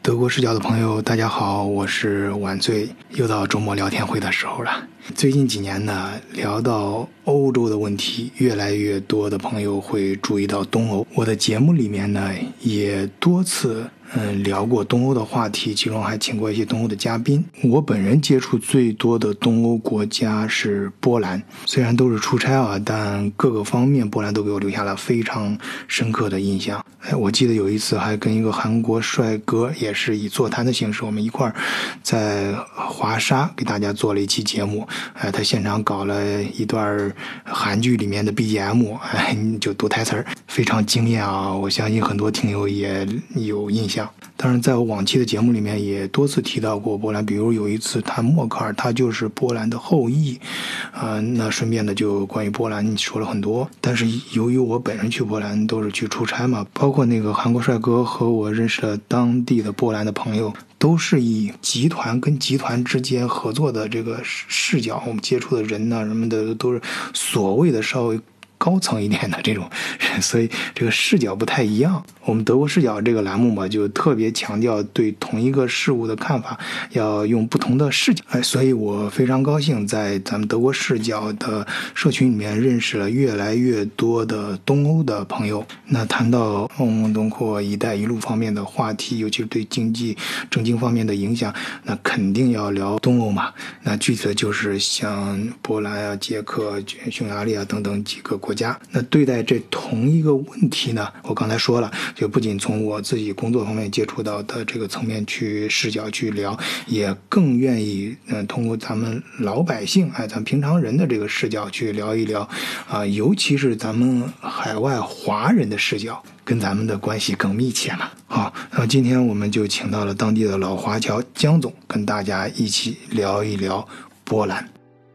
德国视角的朋友，大家好，我是晚醉，又到周末聊天会的时候了。最近几年呢，聊到欧洲的问题，越来越多的朋友会注意到东欧。我的节目里面呢，也多次聊过东欧的话题，其中还请过一些东欧的嘉宾。我本人接触最多的东欧国家是波兰，虽然都是出差啊，但各个方面波兰都给我留下了非常深刻的印象。我记得有一次还跟一个韩国帅哥，也是以座谈的形式，我们一块儿在华沙给大家做了一期节目。他现场搞了一段韩剧里面的 BGM， 就读台词儿，非常惊艳啊！我相信很多听友也有印象。当然，在我往期的节目里面也多次提到过波兰，比如有一次谈默克尔，他就是波兰的后裔，那顺便的就关于波兰说了很多。但是由于我本人去波兰都是去出差嘛，包括那个韩国帅哥和我认识了当地的波兰的朋友，都是以集团跟集团之间合作的这个视角，我们接触的人呢什么的都是所谓的稍微高层一点的这种，所以这个视角不太一样。我们德国视角这个栏目嘛，就特别强调对同一个事物的看法要用不同的视角。所以我非常高兴在咱们德国视角的社群里面认识了越来越多的东欧的朋友。那谈到欧盟东扩、一带一路方面的话题，尤其是对经济政经方面的影响，那肯定要聊东欧嘛。那具体的就是像波兰啊、捷克、匈牙利啊等等几个国家。那对待这同一个问题呢，我刚才说了，就不仅从我自己工作方面接触到的这个层面去视角去聊，也更愿意通过咱们老百姓咱们平常人的这个视角去聊一聊尤其是咱们海外华人的视角，跟咱们的关系更密切嘛。好，那今天我们就请到了当地的老华侨江总，跟大家一起聊一聊波兰。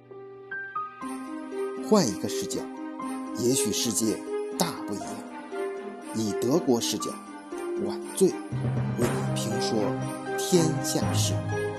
换一个视角，也许世界大不一样。以德国视角，晚醉为你评说天下事。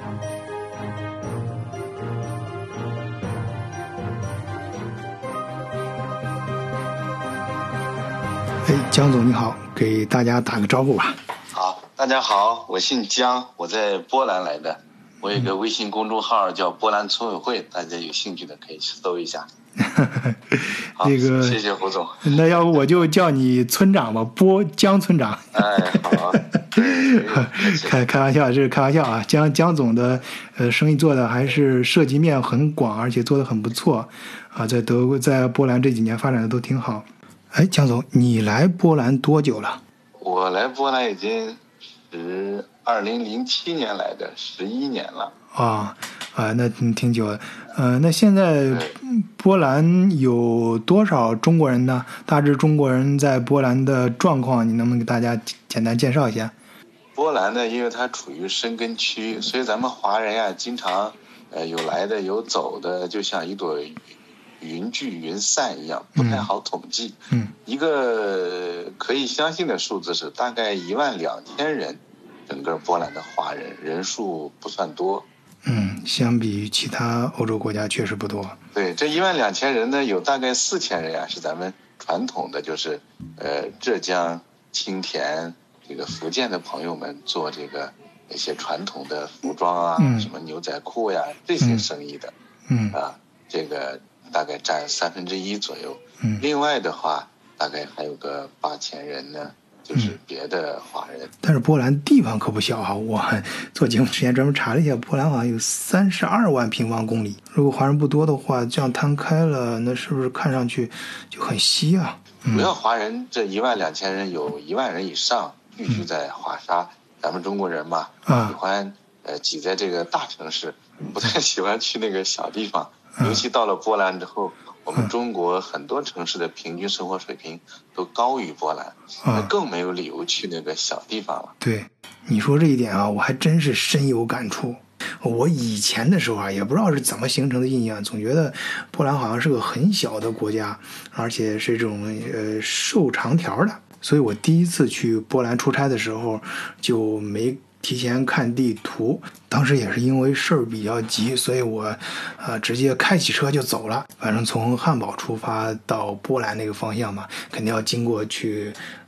江总你好，给大家打个招呼吧。 好，大家好，我姓江，我在波兰来的。我有个微信公众号叫波兰村委会，大家有兴趣的可以搜一下。 那个， 谢谢胡总。 那要不我就叫你村长吧，江村长。 好。 开玩笑，这是开玩笑啊。江总的生意做的还是涉及面很广，而且做的很不错啊。在德国、在波兰这几年发展的都挺好。江总，你来波兰多久了？ 我来波兰已经是2007年来的，11年了。 那挺久了。那现在波兰有多少中国人呢？大致中国人在波兰的状况，你能不能给大家简单介绍一下？ 波兰呢，因为它处于申根区，所以咱们华人呀，经常有来的有走的，就像一朵云聚云散一样，不太好统计。一个可以相信的数字是大概12000人，整个波兰的华人人数不算多。 相比于其他欧洲国家确实不多。对， 这12000人呢，有大概4000人呀是咱们传统的，就是浙江、青田、这个福建的朋友们做这个一些传统的服装啊，什么牛仔裤呀这些生意的。这个大概占1/3左右。另外的话，大概还有个8000人呢。就是别的华人。 但是波兰地方可不小啊！我做节目之前专门查了一下，波兰好像有32万平方公里。如果华人不多的话，这样摊开了，那是不是看上去就很稀啊？ 主要华人这12000人有1万人以上聚居在华沙。咱们中国人嘛，喜欢挤在这个大城市，不太喜欢去那个小地方。尤其到了波兰之后，我们中国很多城市的平均生活水平都高于波兰，那更没有理由去那个小地方了。 对，你说这一点啊，我还真是深有感触。我以前的时候也不知道是怎么形成的印象，总觉得波兰好像是个很小的国家，而且是这种瘦长条的。所以我第一次去波兰出差的时候就没提前看地图，当时也是因为事儿比较急，所以我直接开起车就走了。反正从汉堡出发到波兰那个方向嘛，肯定要经过去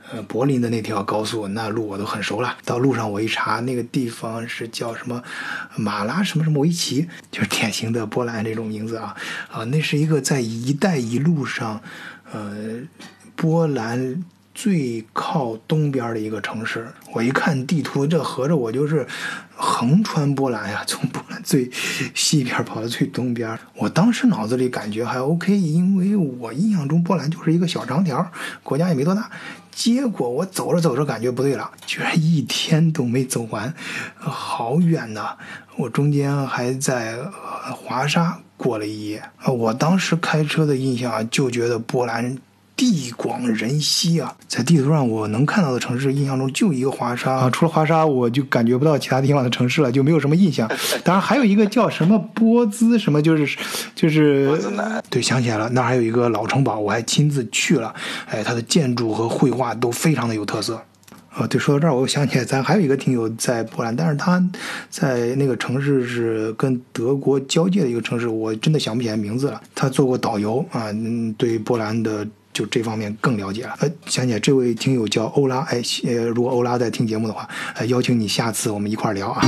柏林的那条高速，那路我都很熟了。到路上我一查，那个地方是叫什么马拉什么什么维奇，就是典型的波兰这种名字啊。那是一个在一带一路上，波兰最靠东边的一个城市。我一看地图，这合着我就是横穿波兰呀，从波兰最西边跑到最东边。我当时脑子里感觉还 OK， 因为我印象中波兰就是一个小长条，国家也没多大。结果我走着走着感觉不对了，居然一天都没走完，好远呐！我中间还在华沙过了一夜。我当时开车的印象就觉得波兰地广人稀啊，在地图上我能看到的城市，印象中就一个华沙啊，除了华沙我就感觉不到其他地方的城市了，就没有什么印象。当然还有一个叫什么波兹什么，就是对，想起来了，那还有一个老城堡，我还亲自去了，它的建筑和绘画都非常的有特色。对，说到这儿，我想起来，咱还有一个听友在波兰，但是他在那个城市是跟德国交界的一个城市，我真的想不起来名字了。他做过导游啊，对波兰的就这方面更了解了。想起来这位听友叫欧拉，如果欧拉在听节目的话，邀请你下次我们一块儿聊啊。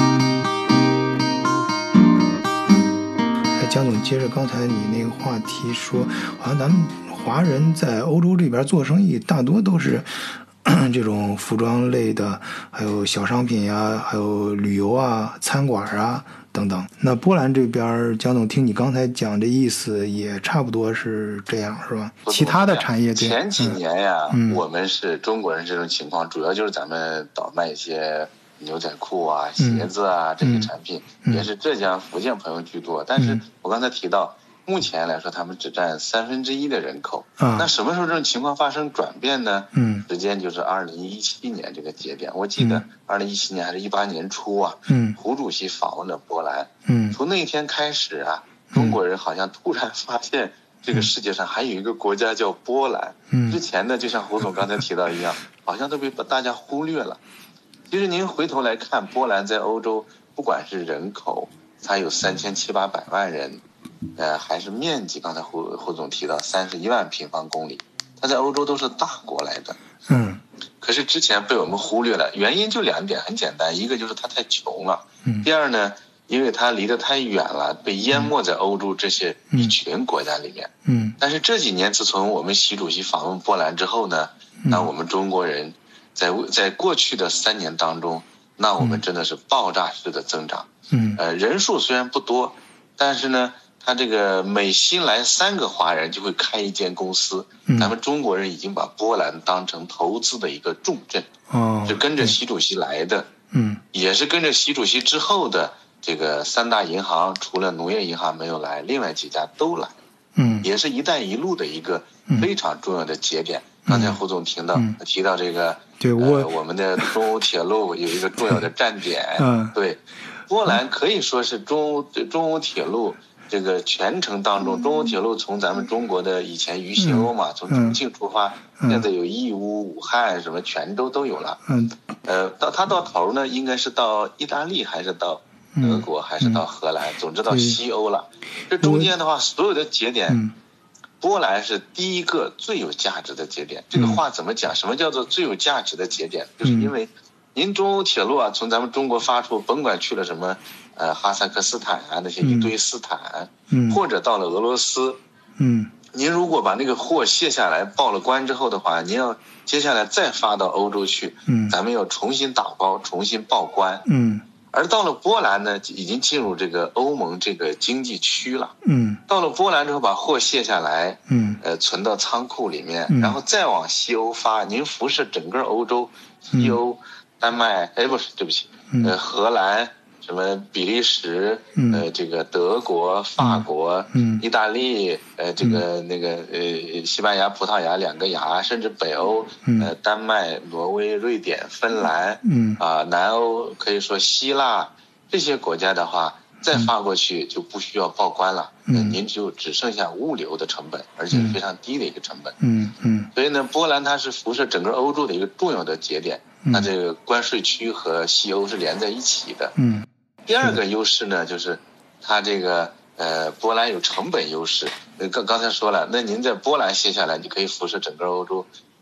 江总，接着刚才你那个话题说，好像咱们华人在欧洲这边做生意，大多都是这种服装类的，还有小商品呀，还有旅游啊、餐馆啊等等。那波兰这边，江总听你刚才讲的意思，也差不多是这样，是吧？其他的产业前几年呀，我们是中国人这种情况，主要就是咱们倒卖一些牛仔裤啊、鞋子啊这些产品，也是浙江、福建朋友居多。但是我刚才提到，目前来说，他们只占1/3的人口。那什么时候这种情况发生转变呢？时间就是2017年这个节点。我记得2017年还是18年初啊，胡主席访问了波兰。从那天开始啊，中国人好像突然发现这个世界上还有一个国家叫波兰。之前呢，就像胡总刚才提到一样，好像都被大家忽略了。其实您回头来看，波兰在欧洲，不管是人口，它有3700-800万人。还是面积，刚才胡总提到31万平方公里，它在欧洲都是大国来的。可是之前被我们忽略了，原因就2点，很简单，一个就是它太穷了，第二呢，因为它离得太远了，被淹没在欧洲这些一群国家里面。但是这几年，自从我们习主席访问波兰之后呢，那我们中国人在过去的3年当中，那我们真的是爆炸式的增长。人数虽然不多，但是呢，他这个每新来3个华人就会开一间公司。咱们中国人已经把波兰当成投资的一个重镇，是跟着习主席来的，也是跟着习主席之后的这个3大银行，除了农业银行没有来，另外几家都来，也是一带一路的一个非常重要的节点。刚才胡总提到这个，我们的中欧铁路有一个重要的站点，对，波兰可以说是中欧铁路这个全程当中，中欧铁路从咱们中国的以前渝新欧嘛，从重庆出发，现在有义乌、武汉什么泉州都有了。它到头呢，应该是到意大利还是到德国还是到荷兰，总之到西欧了。这中间的话，所有的节点，波兰是第一个最有价值的节点。这个话怎么讲？什么叫做最有价值的节点？就是因为您中欧铁路啊，从咱们中国发出，甭管去了什么哈萨克斯坦啊，那些一堆斯坦，或者到了俄罗斯，您如果把那个货卸下来报了关之后的话，您要接下来再发到欧洲去，咱们要重新打包，重新报关。而到了波兰呢，已经进入这个欧盟这个经济区了。到了波兰之后，把货卸下来，存到仓库里面，然后再往西欧发。您辐射整个欧洲，西欧、丹麦，不是，对不起，荷兰。什么比利时，这个德国、法国、意大利，这个那个西班牙、葡萄牙2个牙，甚至北欧，丹麦、挪威、瑞典、芬兰，南欧可以说希腊这些国家的话，再发过去就不需要报关了，您就只剩下物流的成本，而且是非常低的一个成本。所以呢，波兰它是辐射整个欧洲的一个重要的节点，它这个关税区和西欧是连在一起的。第二个优势呢，就是它这个波兰有成本优势。刚才说了，那您在波兰卸下来，你可以辐射整个欧洲。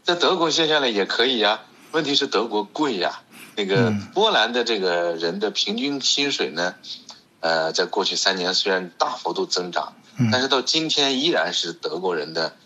在德国学下来也可以呀，问题是德国贵呀。那个波兰的这个人的平均薪水呢，在过去3年虽然大幅度增长，但是到今天依然是德国人的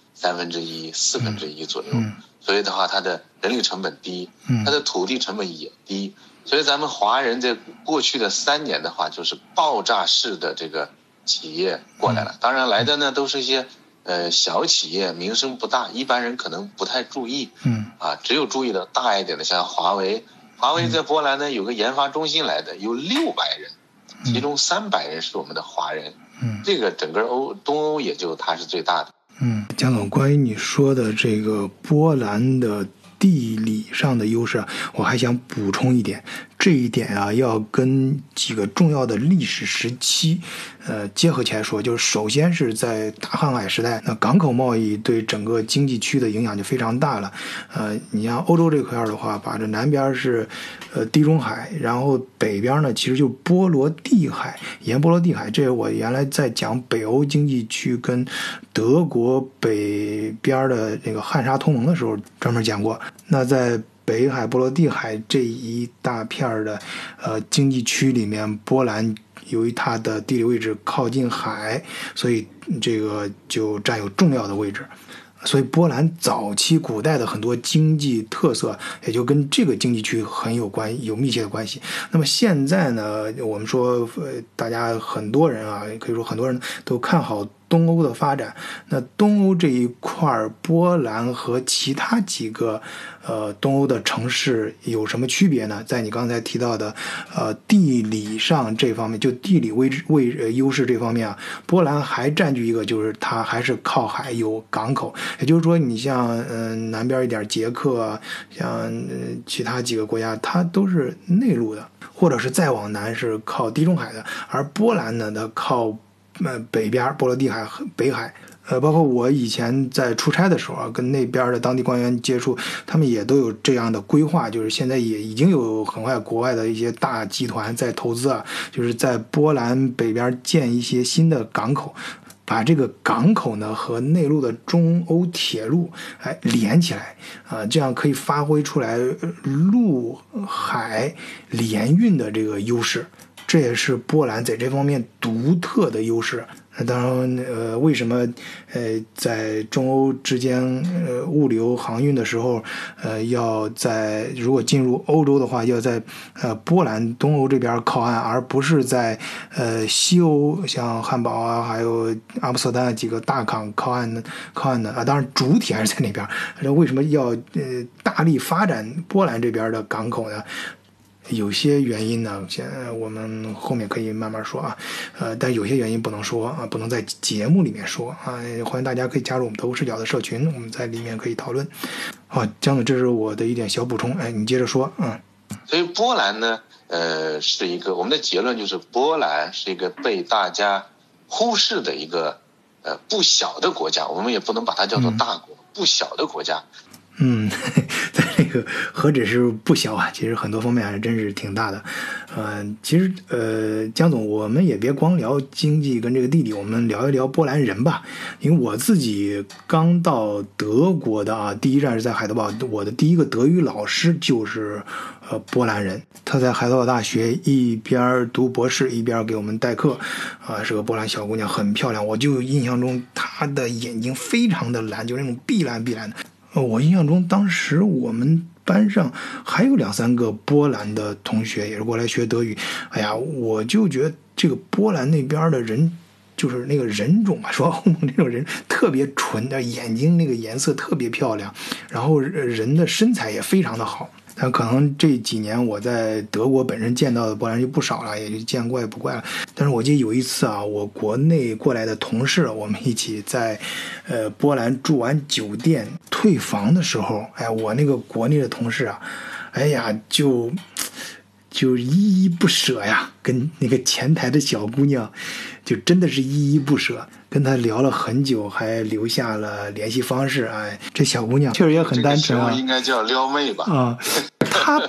1/3、1/4左右。所以的话，它的人力成本低，它的土地成本也低。所以咱们华人在过去的3年的话，就是爆炸式的这个企业过来了。当然来的呢都是一些小企业，名声不大，一般人可能不太注意。只有注意到大一点的，像华为。华为在波兰呢有个研发中心来的，有600人，其中300人是我们的华人。这个整个东欧也就它是最大的。 江总，关于你说的这个波兰的地理上的优势，我还想补充一点，这一点啊要跟几个重要的历史时期结合起来说。就是首先是在大航海时代，那港口贸易对整个经济区的影响就非常大了。你像欧洲这块的话，把这南边是地中海，然后北边呢其实就波罗的海，沿波罗的海。这我原来在讲北欧经济区跟德国北边的那个汉沙同盟的时候专门讲过。那在北海、波罗的海这一大片的经济区里面，波兰由于它的地理位置靠近海，所以这个就占有重要的位置。所以波兰早期古代的很多经济特色也就跟这个经济区很有密切的关系。那么现在呢，我们说大家很多人啊，可以说很多人都看好东欧的发展。那东欧这一块，波兰和其他几个东欧的城市有什么区别呢？在你刚才提到的地理上这方面，就地理优势这方面啊，波兰还占据一个，就是它还是靠海，有港口。也就是说，你像南边一点捷克啊，像其他几个国家，它都是内陆的，或者是再往南是靠地中海的。而波兰呢，它靠北边波罗的海和北海。包括我以前在出差的时候啊，跟那边的当地官员接触，他们也都有这样的规划，就是现在也已经有很快国外的一些大集团在投资啊，就是在波兰北边建一些新的港口，把这个港口呢和内陆的中欧铁路连起来这样可以发挥出来陆海联运的这个优势，这也是波兰在这方面独特的优势。当然为什么在中欧之间物流航运的时候要如果进入欧洲的话，要在波兰东欧这边靠岸，而不是在西欧像汉堡啊还有阿姆斯特丹几个大港靠岸的当然主体还是在那边。为什么要大力发展波兰这边的港口呢？有些原因呢，我们后面可以慢慢说啊，但有些原因不能说啊，不能在节目里面说啊。欢迎大家可以加入我们德国视角的社群，我们在里面可以讨论。好，江总，这是我的一点小补充，你接着说。 所以波兰呢，是一个我们的结论就是波兰是一个被大家忽视的一个不小的国家，我们也不能把它叫做大国，不小的国家。 在这个何止是不小啊，其实很多方面还真是挺大的。其实江总，我们也别光聊经济跟这个地理，我们聊一聊波兰人吧。因为我自己刚到德国的啊，第一站是在海德堡，我的第一个德语老师就是波兰人，他在海德堡大学一边读博士一边给我们代课是个波兰小姑娘，很漂亮。我就印象中她的眼睛非常的蓝，就那种碧蓝的。我印象中当时我们班上还有2-3个波兰的同学也是过来学德语。哎呀，我就觉得这个波兰那边的人就是那个人种吧，说欧盟这种人特别纯的，眼睛那个颜色特别漂亮，然后人的身材也非常的好。但可能这几年我在德国本身见到的波兰人就不少了，也就见怪不怪了。但是我记得有一次啊，我国内过来的同事，我们一起在波兰住完酒店退房的时候，我那个国内的同事啊，就依依不舍呀，跟那个前台的小姑娘就真的是依依不舍，跟她聊了很久，还留下了联系方式。这小姑娘确实也很单纯啊， 这个应该叫撩妹吧？ 她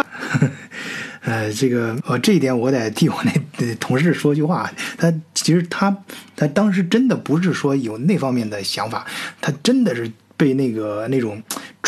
这一点我得替我那同事说句话。其实他当时真的不是说有那方面的想法，他真的是被那种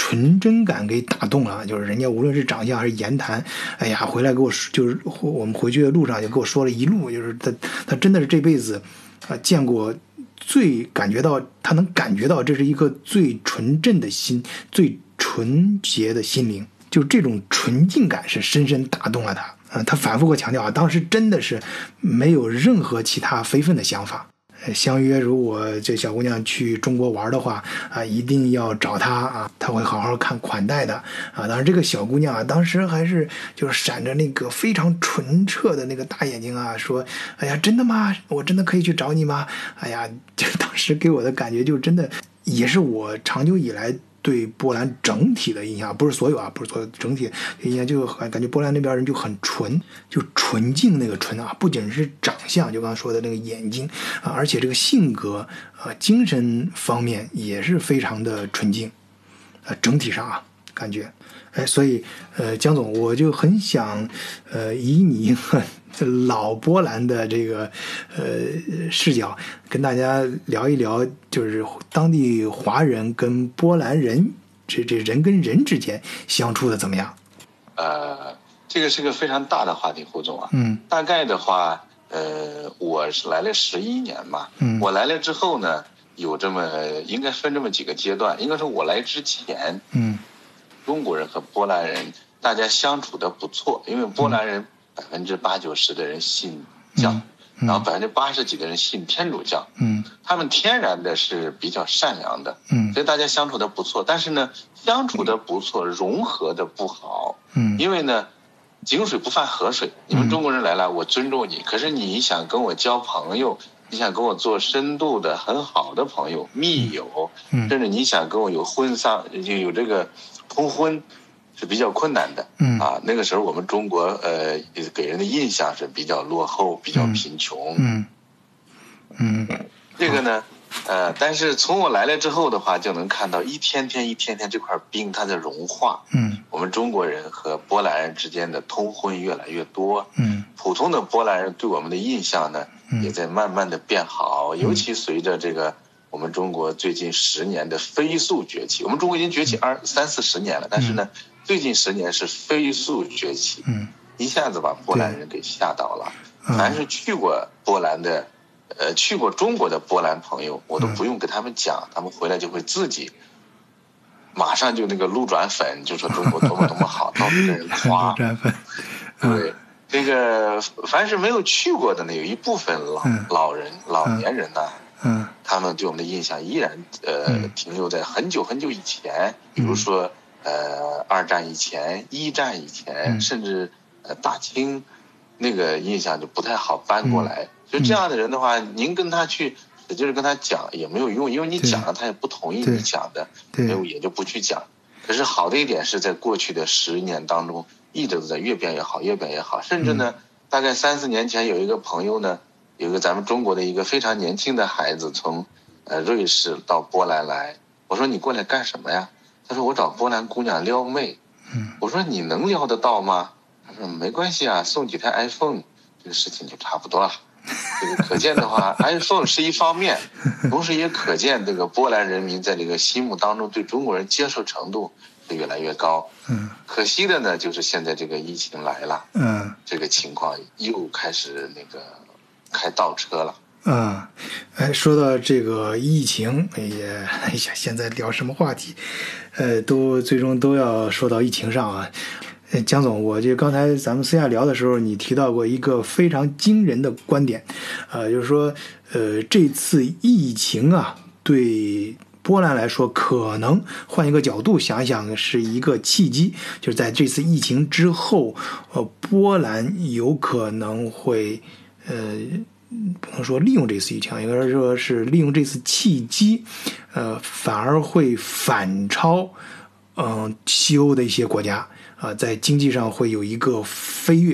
纯真感给打动了，就是人家无论是长相还是言谈，哎呀，回来给我就是我们回去的路上就给我说了一路，就是他真的是这辈子见过他能感觉到这是一颗最纯正的心，最纯洁的心灵，就这种纯净感是深深打动了他。他反复会强调当时真的是没有任何其他非分的想法。相约如果这小姑娘去中国玩的话一定要找她她会好好款待的当然这个小姑娘当时还是就是闪着那个非常纯澈的那个大眼睛说哎呀真的吗？我真的可以去找你吗？哎呀，就当时给我的感觉就真的也是我长久以来对波兰整体的印象，不是所有不是所有，整体印象就感觉波兰那边人就很纯，就纯净那个纯不仅是长相，就刚刚说的那个眼睛而且这个性格精神方面也是非常的纯净整体上感觉所以江总，我就很想以你老波兰的这个视角跟大家聊一聊，就是当地华人跟波兰人这人跟人之间相处的怎么样？ 这个是个非常大的话题，胡总大概的话我是来了11年嘛我来了之后呢有应该分这么几个阶段。应该说我来之前中国人和波兰人大家相处的不错，因为波兰人80%-90%的人信教然后80%几的人信天主教他们天然的是比较善良的所以大家相处的不错。但是呢相处的不错融合的不好因为呢井水不犯河水，你们中国人来了我尊重你，可是你想跟我交朋友，你想跟我做深度的很好的朋友密友甚至你想跟我有有这个通婚是比较困难的那个时候我们中国给人的印象是比较落后比较贫穷这个呢但是从我来了之后的话就能看到一天天这块冰它在融化我们中国人和波兰人之间的通婚越来越多普通的波兰人对我们的印象呢也在慢慢的变好尤其随着这个我们中国最近10年的飞速崛起，我们中国已经崛起30-40年了但是呢最近10年是飞速崛起一下子把波兰人给吓到了凡是去过波兰的去过中国的波兰朋友我都不用跟他们讲他们回来就会自己马上就那个路转粉就说中国多么多么好到处跟人夸对这个凡是没有去过的呢有一部分老年人他们对我们的印象依然停留在很久很久以前比如说2战以前1战以前甚至大清那个印象就不太好搬过来所以这样的人的话您跟他去就是跟他讲也没有用因为你讲了他也不同意你讲的所以也就不去讲可是好的一点是在过去的10年当中一直都在越变越好越变越好甚至呢大概3-4年前有一个朋友呢有一个咱们中国的一个非常年轻的孩子从瑞士到波兰来我说你过来干什么呀他说我找波兰姑娘撩妹我说你能撩得到吗他说没关系送几台 iPhone 这个事情就差不多了这个可见的话iPhone 是一方面同时也可见这个波兰人民在这个心目当中对中国人接受程度是越来越高可惜的呢就是现在这个疫情来了这个情况又开始那个开倒车了说到这个疫情现在聊什么话题都最终都要说到疫情上江总，我就刚才咱们私下聊的时候，你提到过一个非常惊人的观点，就是说，这次疫情对波兰来说，可能换一个角度想一想，是一个契机，就是在这次疫情之后，波兰有可能会，不能说利用这次疫情，应该说是利用这次契机，反而会反超，西欧的一些国家。在经济上会有一个飞跃，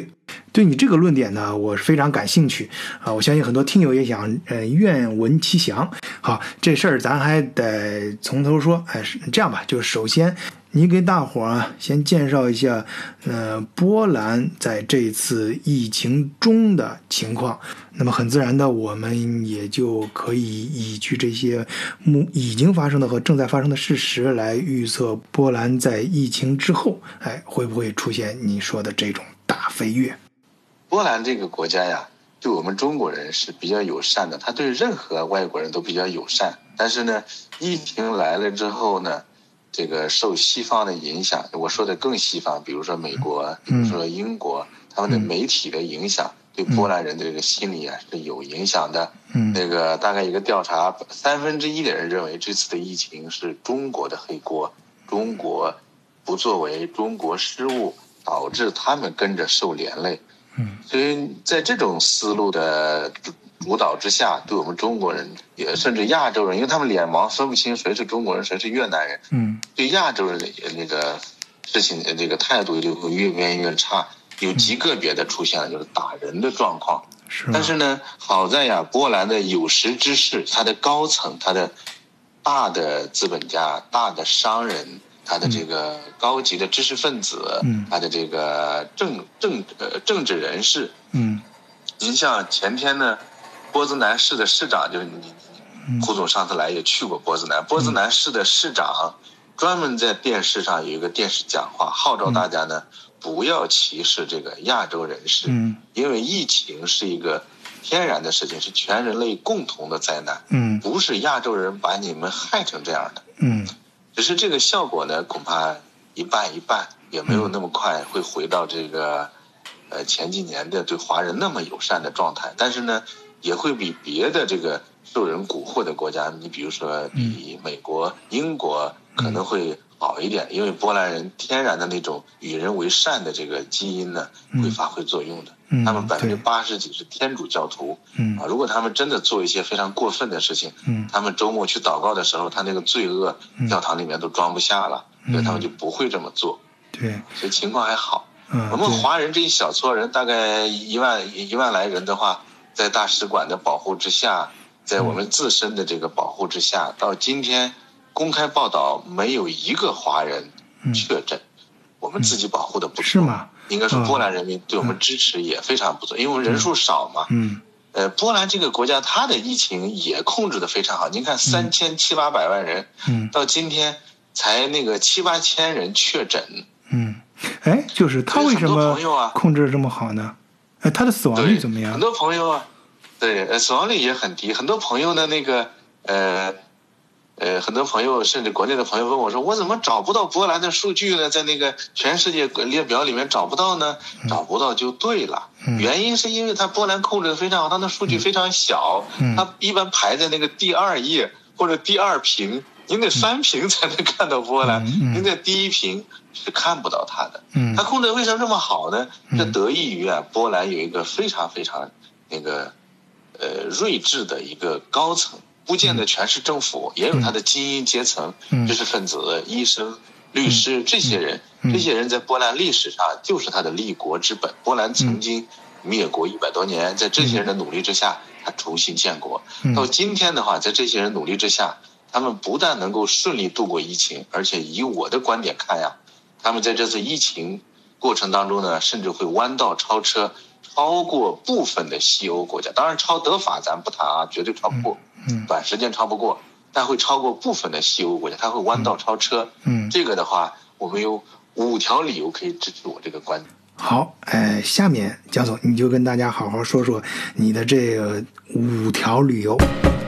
对你这个论点呢，我是非常感兴趣啊！我相信很多听友也想愿闻其详。好，这事儿咱还得从头说。这样吧，就是首先你给大伙儿先介绍一下，波兰在这次疫情中的情况。那么很自然的，我们也就可以依据这些已经发生的和正在发生的事实来预测波兰在疫情之后，会不会出现你说的这种大飞跃？ 波兰这个国家呀，对我们中国人是比较友善的，他对任何外国人都比较友善。但是呢，疫情来了之后呢，这个受西方的影响，我说的更西方，比如说美国，比如说英国，他们的媒体的影响，对波兰人的这个心理啊是有影响的。那个大概一个调查，1/3的人认为这次的疫情是中国的黑锅，中国不作为，中国失误导致他们跟着受连累。所以在这种思路的主导之下，对我们中国人也甚至亚洲人，因为他们脸盲分不清谁是中国人谁是越南人，对亚洲人的那个事情这个态度就会越变越差，有极个别的出现了就是打人的状况。但是呢，好在呀，波兰的有识之士，他的高层，他的大的资本家、大的商人，他的这个高级的知识分子，他的这个政治人士，您像前天呢，波兹南市的市长，就是胡总上次来也去过波兹南市的市长专门在电视上有一个电视讲话，号召大家呢不要歧视这个亚洲人士，因为疫情是一个天然的事情，是全人类共同的灾难，不是亚洲人把你们害成这样的，只是这个效果呢，恐怕一半一半，也没有那么快会回到这个前几年的对华人那么友善的状态，但是呢，也会比别的这个受人蛊惑的国家，你比如说比美国、英国可能会好一点，因为波兰人天然的那种与人为善的这个基因呢，会发挥作用的。他们80%几是天主教徒，如果他们真的做一些非常过分的事情，他们周末去祷告的时候，他那个罪恶教堂里面都装不下了，所以他们就不会这么做。 对， 所以情况还好。我们华人这一小撮人，大概一万来人的话，在大使馆的保护之下，在我们自身的这个保护之下，到今天公开报道没有一个华人确诊，我们自己保护的不错。 是吗？ 应该说波兰人民对我们支持也非常不错，因为我们人数少嘛。波兰这个国家它的疫情也控制的非常好。您看3700-800万人，到今天才那个7-8千人确诊。 就是他为什么控制的这么好呢？他的死亡率怎么样？ 很多朋友啊，对，死亡率也很低。很多朋友呢，那个很多朋友甚至国内的朋友问我说，我怎么找不到波兰的数据呢？在那个全世界列表里面找不到呢？找不到就对了。原因是因为它波兰控制的非常好，它的数据非常小，它一般排在那个第2页或者第2屏，您得翻屏才能看到波兰，您在第1屏是看不到它的。它控制的为什么这么好呢？这得益于波兰有一个非常非常那个睿智的一个高层。不见得全是政府，也有他的精英阶层，知识分子、医生、律师，这些人在波兰历史上就是他的立国之本。波兰曾经灭国100多年，在这些人的努力之下，他重新建国。到今天的话，在这些人努力之下，他们不但能够顺利度过疫情，而且以我的观点看呀，他们在这次疫情过程当中呢，甚至会弯道超车，超过部分的西欧国家。当然，超德法咱不谈啊，绝对超不过。短时间超不过，但会超过部分的西欧国家，它会弯道超车。这个的话，我们有5条理由可以支持我这个观点。 好，下面江总你就跟大家好好说说你的这个5条理由。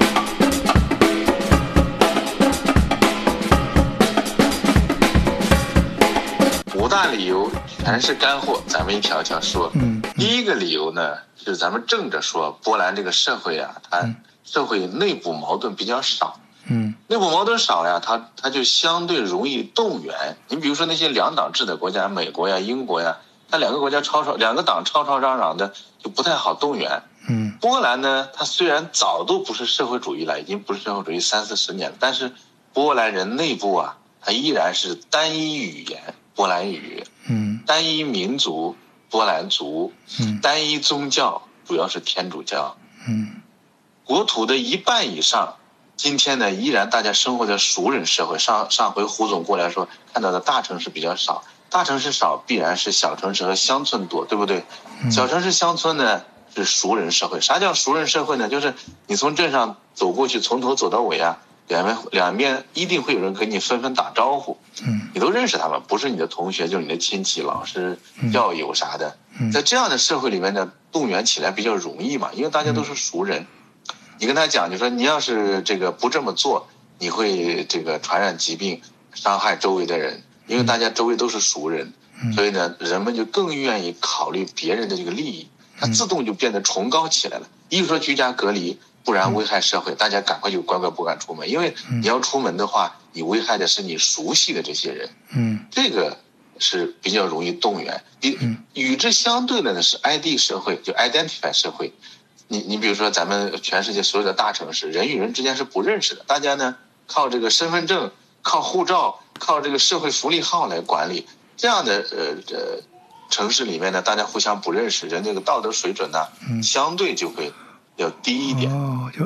5大理由全是干货，咱们一条一条说。第一个理由呢，是咱们正着说，波兰这个社会啊，它社会内部矛盾比较少。内部矛盾少呀，它就相对容易动员。你比如说那些2党制的国家，美国呀、英国呀，它2个党吵吵嚷嚷的，就不太好动员。波兰呢，它虽然早都不是社会主义了，已经不是社会主义30-40年了，但是波兰人内部啊，它依然是单一语言波兰语，单一民族波兰族，单一宗教主要是天主教，国土的一半以上，今天呢依然大家生活在熟人社会。上回胡总过来说看到的大城市比较少，大城市少必然是小城市和乡村多，对不对？小城市乡村呢是熟人社会。啥叫熟人社会呢？就是你从镇上走过去，从头走到尾啊，两边一定会有人跟你纷纷打招呼，你都认识他们，不是你的同学就是你的亲戚、老师、教友啥的。在这样的社会里面呢，动员起来比较容易嘛，因为大家都是熟人。你跟他讲，就说你要是这个不这么做，你会这个传染疾病，伤害周围的人，因为大家周围都是熟人，所以呢，人们就更愿意考虑别人的这个利益，它自动就变得崇高起来了。一说居家隔离，不然危害社会，大家赶快就乖乖不敢出门，因为你要出门的话，你危害的是你熟悉的这些人，这个是比较容易动员。与之相对的呢是 ID 社会，就 Identify 社会。你比如说咱们全世界所有的大城市，人与人之间是不认识的，大家呢靠这个身份证、靠护照、靠这个社会福利号来管理。这样的城市里面呢，大家互相不认识，人这个道德水准呢，相对就会要低一点。 就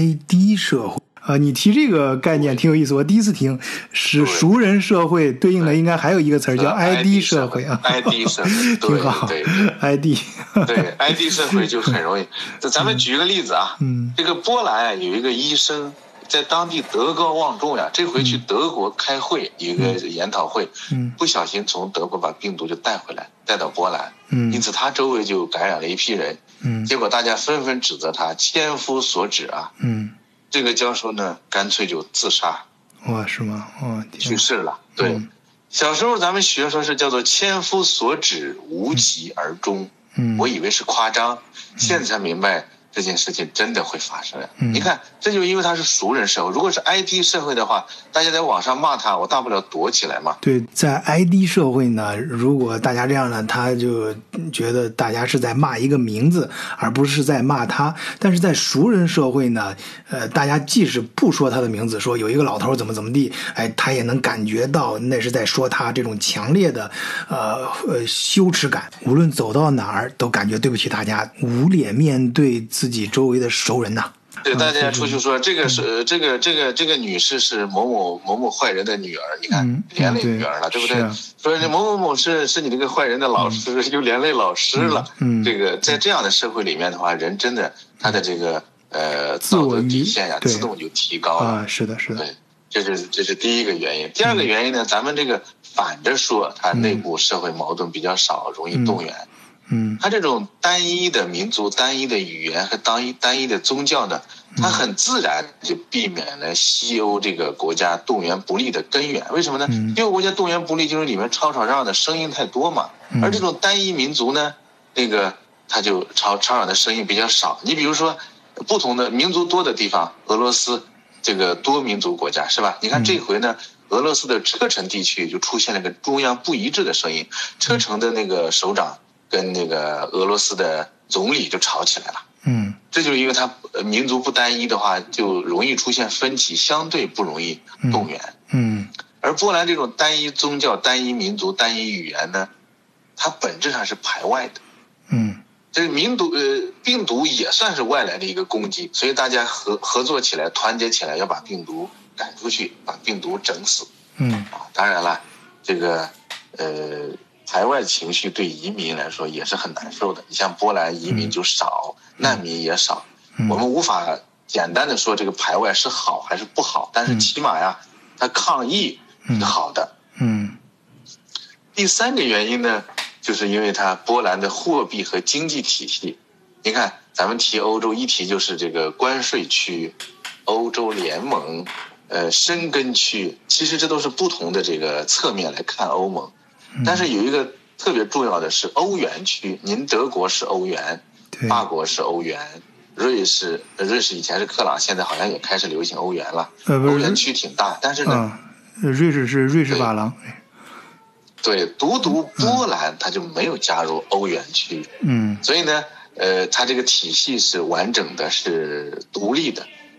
ID 社会。你提这个概念挺有意思，我第一次听。是熟人社会对应的应该还有一个词叫 ID 社会啊。 ID 社会挺好。 对 ID 对 ID 社会就很容易。咱们举个例子啊，这个波兰有一个医生在当地德高望重呀，这回去德国开会，有一个研讨会，不小心从德国把病毒就带回来，带到波兰，因此他周围就感染了一批人，结果大家纷纷指责他千夫所指啊，这个教授呢，干脆就自杀。 哇，是吗？ 去世了。对，小时候咱们学说是叫做千夫所指，无疾而终。我以为是夸张，现在才明白这件事情真的会发生呀。你看，这就因为他是熟人社会。如果是 IT 社会的话，大家在网上骂他，我大不了躲起来嘛。 对，在 ID 社会呢，如果大家这样呢，他就觉得大家是在骂一个名字，而不是在骂他。但是在熟人社会呢，大家即使不说他的名字，说有一个老头怎么地，他也能感觉到那是在说他，这种强烈的羞耻感。无论走到哪儿，都感觉对不起大家，无脸面对自己周围的熟人呐。 对，大家出去说这个是这个女士是某某坏人的女儿，你看连累女儿了，对不对？说某某是你这个坏人的老师，又连累老师了。这个在这样的社会里面的话，人真的他的这个道德底线呀，自动就提高了啊。是的。 对，这是第一个原因。第二个原因呢，咱们这个反着说，它内部社会矛盾比较少，容易动员。它这种单一的民族、单一的语言和单一的宗教呢，它很自然就避免了西欧这个国家动员不利的根源。为什么呢？西欧国家动员不利，就是里面吵嚷的声音太多嘛。而这种单一民族呢，它就吵嚷的声音比较少。你比如说，不同的民族多的地方，俄罗斯这个多民族国家是吧？你看这回呢，俄罗斯的车臣地区就出现了个中央不一致的声音，车臣的那个首长跟那个俄罗斯的总理就吵起来了。这就是因为他民族不单一的话，就容易出现分歧，相对不容易动员。而波兰这种单一宗教、单一民族、单一语言呢，它本质上是排外的。这个病毒也算是外来的一个攻击，所以大家合作起来、团结起来，要把病毒赶出去，把病毒整死。当然了，这个排外情绪对移民来说也是很难受的。你像波兰移民就少，难民也少，我们无法简单的说这个排外是好还是不好，但是起码呀，它抗疫是好的。第三个原因呢，就是因为它波兰的货币和经济体系。你看咱们提欧洲一提就是这个关税区、欧洲联盟、申根区，其实这都是不同的这个侧面来看欧盟。但是有一个特别重要的是欧元区，您德国是欧元，法国是欧元，瑞士以前是克朗，现在好像也开始流行欧元了。欧元区挺大，但是呢， 瑞士是瑞士法郎。 对，独波兰它就没有加入欧元区。所以呢，它这个体系是完整的，是独立的。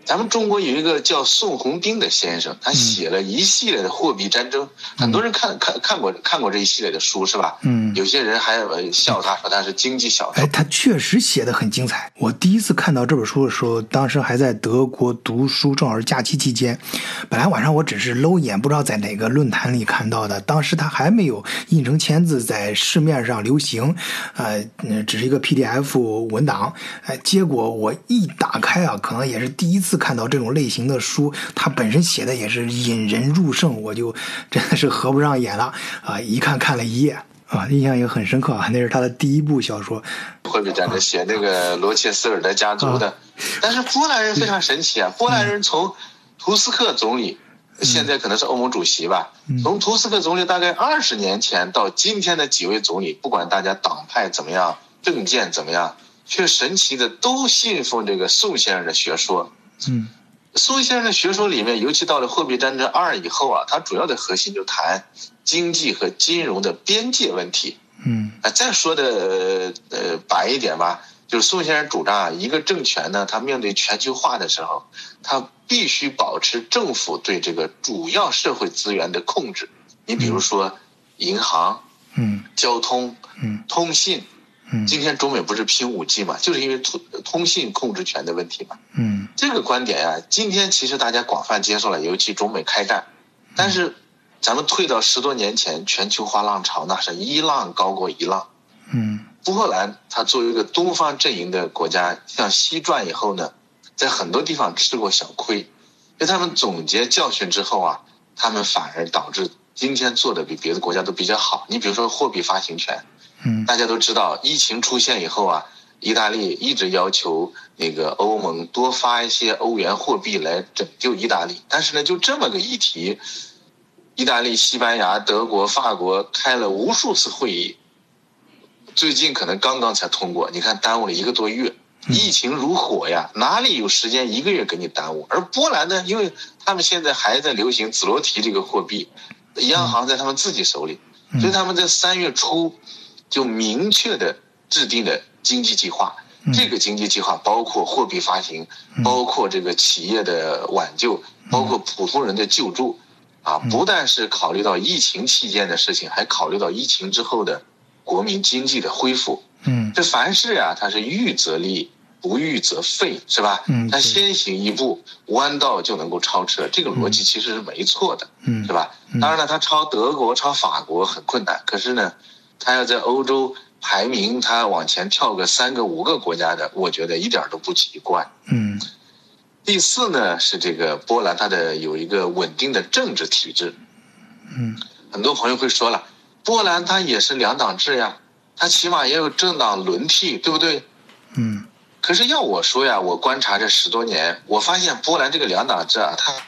咱们中国有一个叫宋鸿兵的先生，他写了一系列的货币战争，很多人看过这一系列的书是吧？有些人还笑他说他是经济小说。 他确实写得很精彩。我第一次看到这本书的时候，当时还在德国读书，正好是假期期间。本来晚上我只是搂一眼，不知道在哪个论坛里看到的，当时他还没有印成签字在市面上流行，只是一个 PDF 文档。结果我一打开啊，可能也是第一次看到这种类型的书，它本身写的也是引人入胜，我就真的是合不上眼了啊！一看了一页啊，印象也很深刻啊，那是他的第一部小说。 货币战争写那个罗切斯尔德家族的，但是波兰人非常神奇啊，波兰人从图斯克总理，现在可能是欧盟主席吧，从图斯克总理大概20年前到今天的几位总理，不管大家党派怎么样，政见怎么样，却神奇的都信奉这个宋先生的学说。宋先生的学说里面，尤其到了货币战争2以后啊，他主要的核心就谈经济和金融的边界问题。再说的白一点吧，就是宋先生主张啊，一个政权呢，他面对全球化的时候，他必须保持政府对这个主要社会资源的控制。你比如说银行、交通、通信。今天中美不是拼5G 嘛，就是因为通信控制权的问题嘛。这个观点啊，今天其实大家广泛接受了，尤其中美开战。但是咱们退到10多年前，全球化浪潮那是一浪高过一浪。波兰它作为一个东方阵营的国家，向西转以后呢，在很多地方吃过小亏，因为他们总结教训之后啊，他们反而导致今天做的比别的国家都比较好。你比如说货币发行权。大家都知道，疫情出现以后啊，意大利一直要求那个欧盟多发一些欧元货币来拯救意大利。但是呢，就这么个议题，意大利、西班牙、德国、法国开了无数次会议，最近可能刚刚才通过。你看，耽误了1个多月，疫情如火呀，哪里有时间1个月给你耽误？而波兰呢，因为他们现在还在流行紫罗提这个货币，央行在他们自己手里，所以他们在3月初。就明确的制定了经济计划，这个经济计划包括货币发行，包括这个企业的挽救，包括普通人的救助，不但是考虑到疫情期间的事情，还考虑到疫情之后的国民经济的恢复。这凡事啊，它是预则立，不预则废，是吧？它先行一步，弯道就能够超车，这个逻辑其实是没错的，是吧？当然了，它超德国、超法国很困难，可是呢，他要在欧洲排名，他往前跳个3个、5个国家的，我觉得一点都不奇怪。第4呢是这个波兰，它的有一个稳定的政治体制。很多朋友会说了，波兰它也是2党制呀，它起码也有政党轮替，对不对？可是要我说呀，我观察这10多年，我发现波兰这个2党制啊，它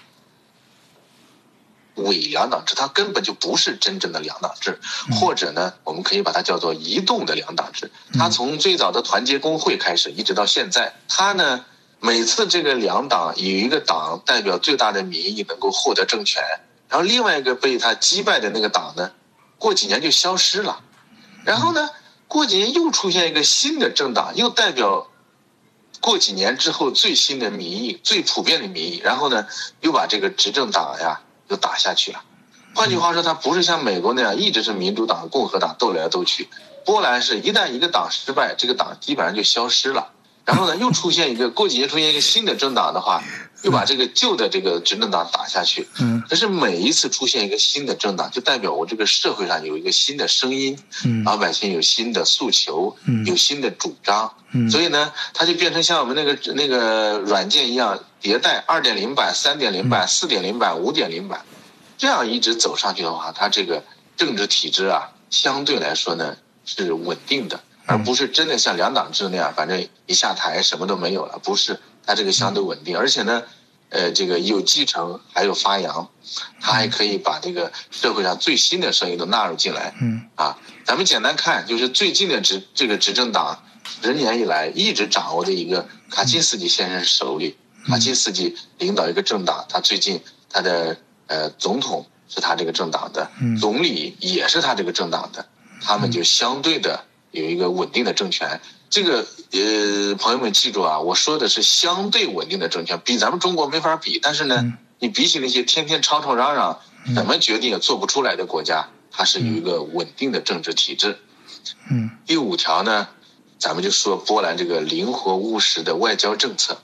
伪2党制，它根本就不是真正的2党制，或者呢，我们可以把它叫做移动的2党制。它从最早的团结工会开始，一直到现在，它呢每次这个2党有一个党代表最大的民意能够获得政权，然后另外一个被他击败的那个党呢，过几年就消失了，然后呢，过几年又出现一个新的政党，又代表过几年之后最新的民意、最普遍的民意，然后呢，又把这个执政党呀就打下去了。换句话说，它不是像美国那样一直是民主党、共和党斗来斗去。波兰是一旦一个党失败，这个党基本上就消失了。然后呢，又出现一个过几年出现一个新的政党的话，又把这个旧的这个执政党打下去。可是每一次出现一个新的政党，就代表我这个社会上有一个新的声音，老百姓有新的诉求，有新的主张。所以呢，它就变成像我们那个软件一样迭代，2.0版、3.0版、4.0版、5.0版，这样一直走上去的话，它这个政治体制啊，相对来说呢是稳定的，而不是真的像2党制那样，反正一下台什么都没有了。不是，它这个相对稳定，而且呢，这个有继承还有发扬，它还可以把这个社会上最新的声音都纳入进来。咱们简单看，就是最近的这个执政党10年以来一直掌握的一个卡钦斯基先生手里，卡钦斯基领导一个政党，他最近他的总统是他这个政党的，总理也是他这个政党的，他们就相对的有一个稳定的政权。这个朋友们记住啊，我说的是相对稳定的政权，比咱们中国没法比。但是呢，你比起那些天天吵吵嚷嚷，怎么决定也做不出来的国家，它是有一个稳定的政治体制。第5条呢，咱们就说波兰这个灵活务实的外交政策。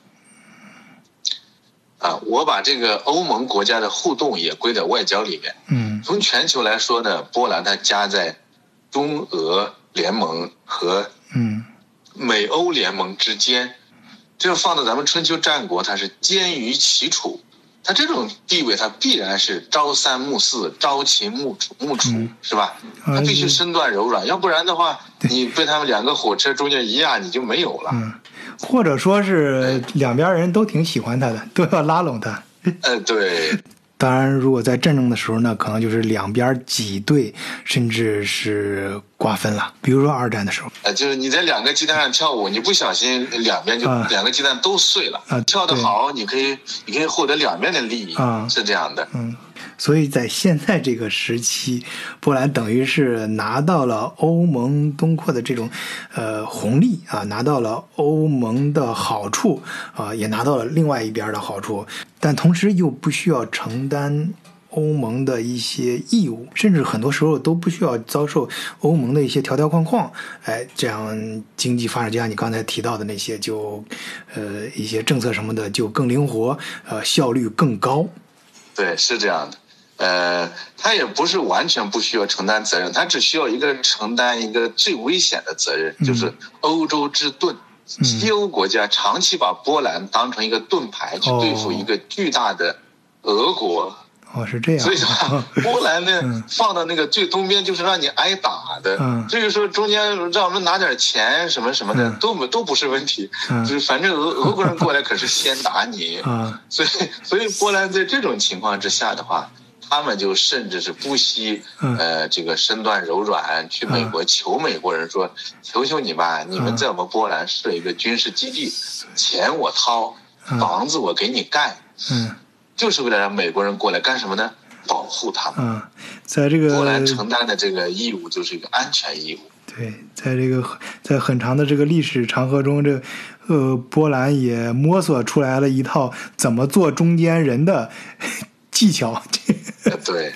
我把这个欧盟国家的互动也归在外交里面。从全球来说呢，波兰它夹在中俄联盟和美欧联盟之间，这个放到咱们春秋战国，它是兼于其处。它这种地位，它必然是朝三暮四，朝秦暮楚，是吧？它必须身段柔软，要不然的话，你被他们2个火车中间一压，你就没有了。 或者说是两边人都挺喜欢他的，都要拉拢他。 对。 当然，如果在战争的时候呢，可能就是两边挤兑，甚至是瓜分了。比如说2战的时候， 就是你在2个鸡蛋上跳舞，你不小心两边就2个鸡蛋都碎了。跳得好，你可以获得2边的利益，是这样的。 所以在现在这个时期，波兰等于是拿到了欧盟东扩的这种红利啊，拿到了欧盟的好处啊，也拿到了另外一边的好处，但同时又不需要承担欧盟的一些义务，甚至很多时候都不需要遭受欧盟的一些条条框框。这样经济发展，就像你刚才提到的那些，就一些政策什么的就更灵活，效率更高。 对，是这样的。他也不是完全不需要承担责任，他只需要承担一个最危险的责任，就是欧洲之盾。西欧国家长期把波兰当成一个盾牌去对付一个巨大的俄国。 是这样。 所以说波兰呢放到那个最东边就是让你挨打的。至于说中间让我们拿点钱什么什么的，都不是问题。就是反正俄国人过来可是先打你。所以波兰在这种情况之下的话，他们就甚至是不惜这个身段柔软，去美国求美国人说，求求你吧，你们在我们波兰设一个军事基地，钱我掏，房子我给你盖，就是为了让美国人过来干什么呢？保护他们。 在这个波兰承担的这个义务就是一个安全义务。 对，在很长的这个历史长河中，波兰也摸索出来了一套怎么做中间人的技巧。 对，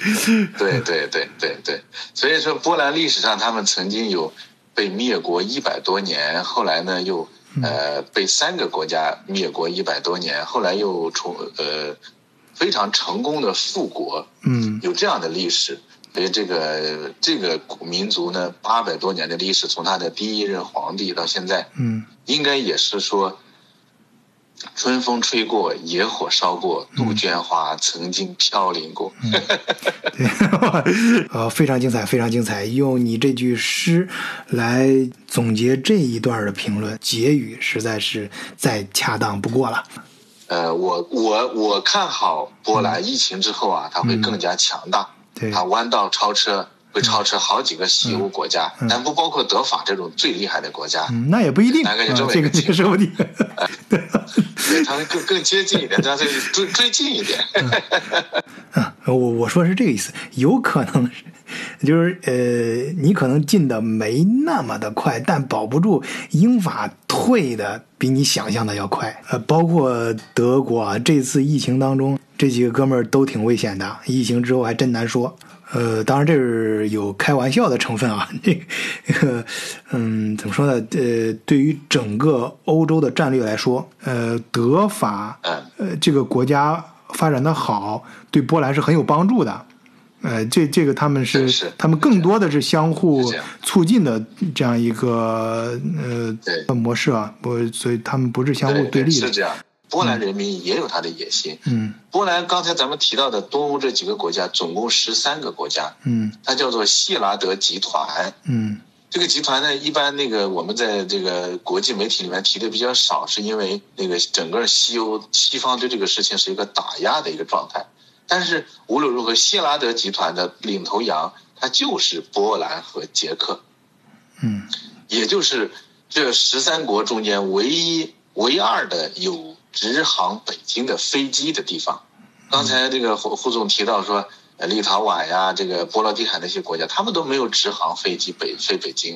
所以说波兰历史上他们曾经有被灭国100多年，后来呢又被3个国家灭国100多年，后来又非常成功的复国，有这样的历史。所以这个民族呢800多年的历史，从他的第1任皇帝到现在，应该也是说春风吹过，野火烧过，杜鹃花曾经飘零过。 非常精彩，非常精彩。用你这句诗来总结这一段的评论，结语实在是再恰当不过了。 我看好波兰疫情之后啊，它会更加强大。它弯道超车，会超车好几个西欧国家，但不包括德法这种最厉害的国家。 那也不一定， 大概就这么这个说不定。 对，他们更接近一点，他追近一点。 我说是这个意思，有可能是。就是你可能进的没那么的快，但保不住英法退的比你想象的要快。包括德国啊，这次疫情当中，这几个哥们儿都挺危险的，疫情之后还真难说。当然这是有开玩笑的成分啊。怎么说呢？对于整个欧洲的战略来说，德法这个国家发展的好，对波兰是很有帮助的。这个他们他们更多的是相互促进的这样一个模式啊，所以他们不是相互对立的。 是这样，波兰人民也有他的野心。波兰刚才咱们提到的东欧这几个国家，总共13个国家。它叫做谢拉德集团。这个集团呢，一般我们在这个国际媒体里面提的比较少，是因为整个西方对这个事情是一个打压的一个状态。但是无论如何，谢拉德集团的领头羊，它就是波兰和捷克，也就是这13国中间唯二的有直航北京的飞机的地方。刚才这个胡总提到说，立陶宛呀，这个波罗的海那些国家，他们都没有直航飞机飞北京。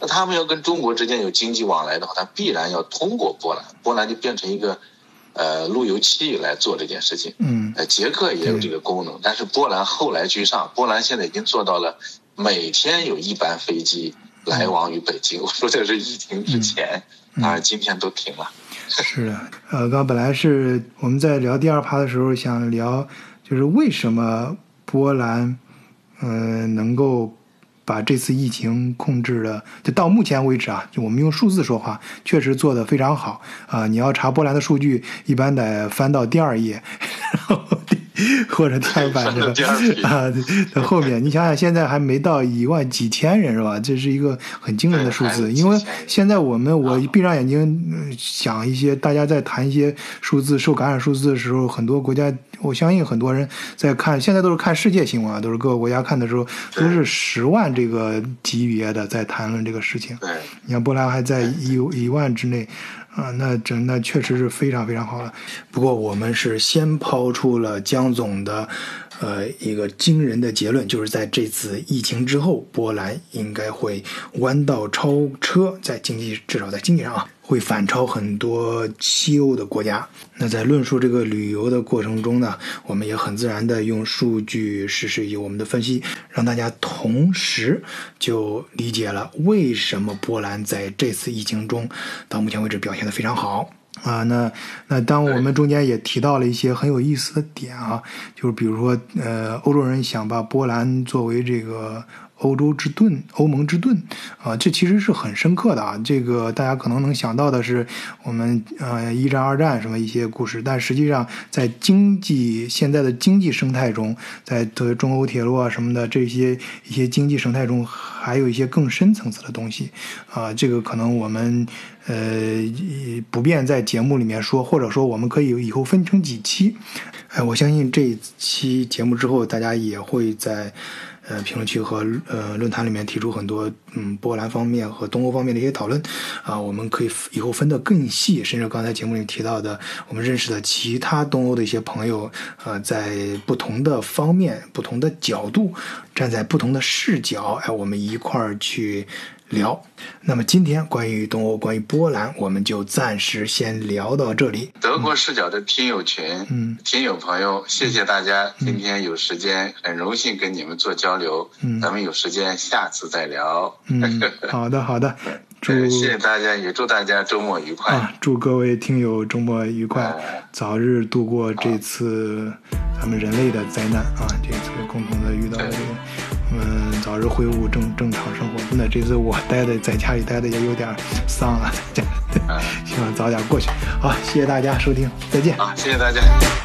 那他们要跟中国之间有经济往来的话，他必然要通过波兰，波兰就变成一个路由器来做这件事情。捷克也有这个功能，但是波兰后来居上，波兰现在已经做到了每天有1班飞机来往于北京。我说这是疫情之前，当然今天都停了。 是的，刚本来是我们在聊第2趴的时候想聊，就是为什么波兰能够把这次疫情控制的，就到目前为止啊，就我们用数字说话，确实做得非常好啊。你要查波兰的数据，一般得翻到第2页，或者第2版的后面。你想想，现在还没到1万几千人是吧？这是一个很惊人的数字。因为现在我闭上眼睛想一些，大家在谈一些数字受感染数字的时候，很多国家，我相信很多人在看，现在都是看世界新闻啊，都是各个国家看的时候，都是10万这个级别的在谈论这个事情。你看波兰还在1万之内。那确实是非常非常好了。不过我们是先抛出了江总的一个惊人的结论，就是在这次疫情之后，波兰应该会弯道超车，至少在经济上啊，会反超很多西欧的国家。那在论述这个旅游的过程中呢，我们也很自然的用数据、事实以及我们的分析，让大家同时就理解了为什么波兰在这次疫情中到目前为止表现得非常好。那当我们中间也提到了一些很有意思的点啊，就是比如说欧洲人想把波兰作为这个欧盟之盾啊，这其实是很深刻的啊。这个大家可能能想到的是我们1战2战什么一些故事，但实际上在现在的经济生态中，在中欧铁路啊什么的一些经济生态中，还有一些更深层次的东西啊。这个可能我们不便在节目里面说，或者说我们可以以后分成几期。我相信这一期节目之后，大家也会在评论区和论坛里面提出很多波兰方面和东欧方面的一些讨论啊，我们可以以后分得更细，甚至刚才节目里提到的我们认识的其他东欧的一些朋友在不同的方面、不同的角度、站在不同的视角，我们一块儿去聊。那么今天关于东欧、关于波兰，我们就暂时先聊到这里。 德国视角的听友群，听友朋友，谢谢大家，今天有时间，很荣幸跟你们做交流，咱们有时间下次再聊。 好的， 谢谢大家，也祝大家周末愉快祝各位听友周末愉快，早日度过这次咱们人类的灾难啊！这次共同的遇到的这个，早日恢复正常生活。真的，这次我在家里待的也有点丧啊，希望早点过去。好，谢谢大家收听，再见。 谢谢大家。